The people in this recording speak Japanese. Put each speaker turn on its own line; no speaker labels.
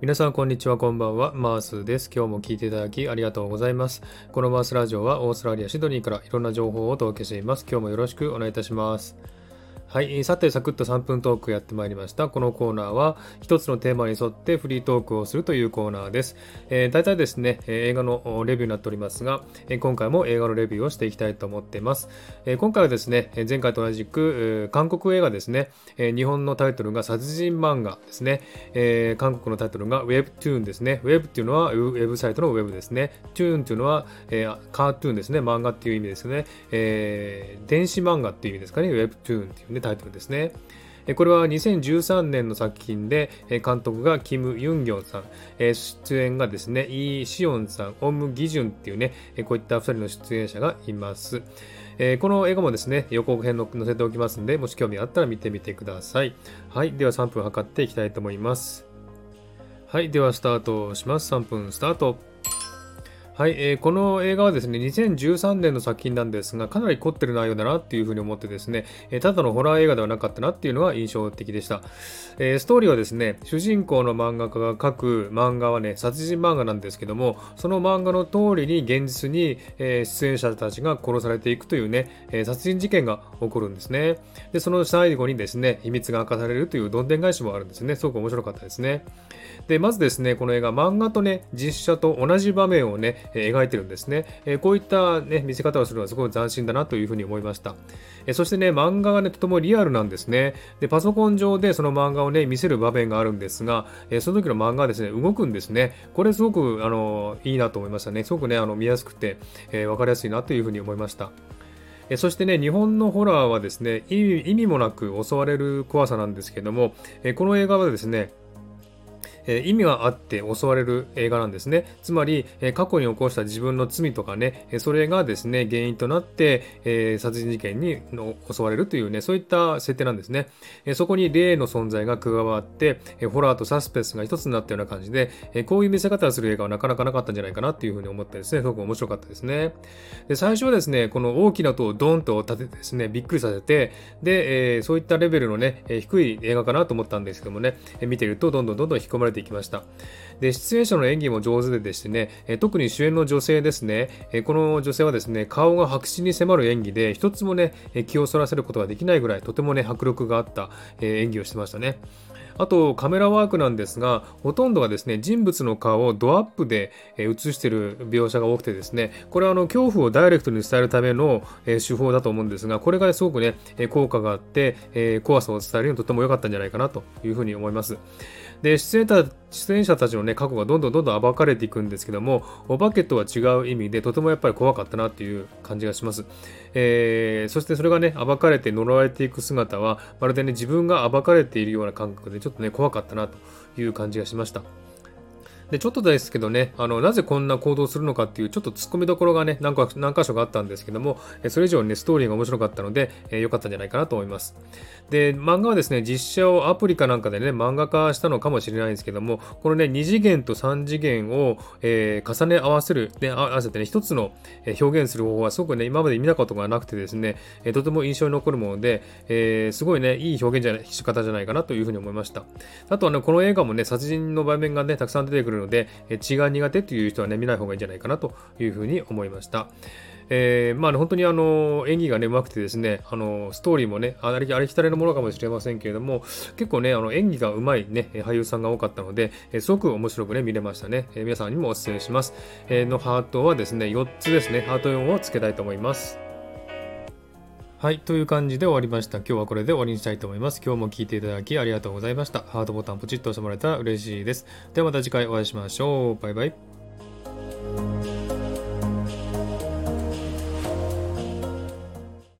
皆さんこんにちは、こんばんは。マースです。今日も聞いていただきありがとうございます。このマースラジオはオーストラリア・シドニーからいろんな情報をお届けしています。今日もよろしくお願いいたします。はい、さてサクッと3分トークやってまいりました。このコーナーは一つのテーマに沿ってフリートークをするというコーナーです。大体ですね、映画のレビューになっておりますが、今回も映画のレビューをしていきたいと思っています。今回はですね、前回と同じく韓国映画ですね、日本のタイトルが殺人漫画ですね、韓国のタイトルが Webtoon ですね。Web っていうのはウェブサイトの Web ですね。Toon っていうのは、カートゥーンですね。漫画っていう意味ですね。電子漫画っていう意味ですかね。Webtoon っていうねタイトルですね。これは2013年の作品で、監督がキム・ユンギョンさん、出演がですね、イ・シオンさん、オム・ギジュンっていうね、こういった2人の出演者がいます。この映画もですね、予告編の載せておきますので、もし興味あったら見てみてください。はい、では3分測っていきたいと思います。はい、ではスタートします。3分スタート。はい、この映画はですね、2013年の作品なんですが、かなり凝ってる内容だなっていうふうに思ってですね、ただのホラー映画ではなかったなっていうのが印象的でした。ストーリーはですね、主人公の漫画家が描く漫画はね、殺人漫画なんですけども、その漫画の通りに現実に、出演者たちが殺されていくというね、殺人事件が起こるんですね。で、その最後にですね、秘密が明かされるというどんでん返しもあるんですね。すごく面白かったですね。で、まずですね、この映画、漫画とね、実写と同じ場面をね、描いてるんですね。こういったね、見せ方をするのはすごい斬新だなというふうに思いました。そしてね、漫画がね、とてもリアルなんですね。で、パソコン上でその漫画をね、見せる場面があるんですが、その時の漫画はですね、動くんですね。これすごく、いいなと思いましたね。すごくね、見やすくて、わかりやすいなというふうに思いました。そしてね、日本のホラーはですね、意味もなく襲われる怖さなんですけども、この映画はですね、意味があって襲われる映画なんですね。つまり、過去に起こした自分の罪とかね、それがですね、原因となって、殺人事件に襲われるというね、そういった設定なんですね。そこに霊の存在が加わって、ホラーとサスペンスが一つになったような感じで、こういう見せ方をする映画はなかなかなかったんじゃないかなっていうふうに思ってですね、すごく面白かったですね。で、最初はですね、この大きな音をドンと立ててですね、びっくりさせて、で、そういったレベルのね、低い映画かなと思ったんですけどもね、見ているとどんどん引き込まれていきました。で、出演者の演技も上手でしてね、特に主演の女性ですね、この女性はですね、顔が白紙に迫る演技で、一つもね、気をそらせることができないぐらい、とてもね、迫力があった、演技をしてましたね。あとカメラワークなんですが、ほとんどがですね、人物の顔をドアップで映している描写が多くてですね、これは恐怖をダイレクトに伝えるための手法だと思うんですが、これがすごくね、効果があって、怖さを伝えるのにとても良かったんじゃないかなというふうに思います。で、出演者たちのね、過去がどんどん暴かれていくんですけども、お化けとは違う意味でとてもやっぱり怖かったなっていう感じがします。そしてそれがね、暴かれて呪われていく姿は、まるでね、自分が暴かれているような感覚でちょっとね、怖かったなという感じがしました。で、ちょっとですけどね、なぜこんな行動するのかっていう、ちょっと突っ込みどころがね、何箇所かあったんですけども、それ以上にね、ストーリーが面白かったので、良かったんじゃないかなと思います。で、漫画はですね、実写をアプリかなんかでね、漫画化したのかもしれないんですけども、このね、2次元と3次元を、重ね合わせる、ね、合わせてね、一つの表現する方法はすごくね、今まで見たことがなくてですね、とても印象に残るもので、すごいね、いい表現仕方じゃないかなというふうに思いました。あとはね、この映画もね、殺人の場面がね、たくさん出てくるので、血が苦手という人はね、見ない方がいいんじゃないかなというふうに思いました。まあね、本当に演技がね、上手くてですね、ストーリーもね、ありきたりのものかもしれませんけれども、結構ね、演技が上手いね、俳優さんが多かったので、すごく面白くね、見れましたね。皆さんにもお勧めします。のハートはですね、4つですね、ハート4をつけたいと思います。はい、という感じで終わりました。今日はこれで終わりにしたいと思います。今日も聞いていただきありがとうございました。ハートボタンポチッと押してもらえたら嬉しいです。ではまた次回お会いしましょう。バイバイ。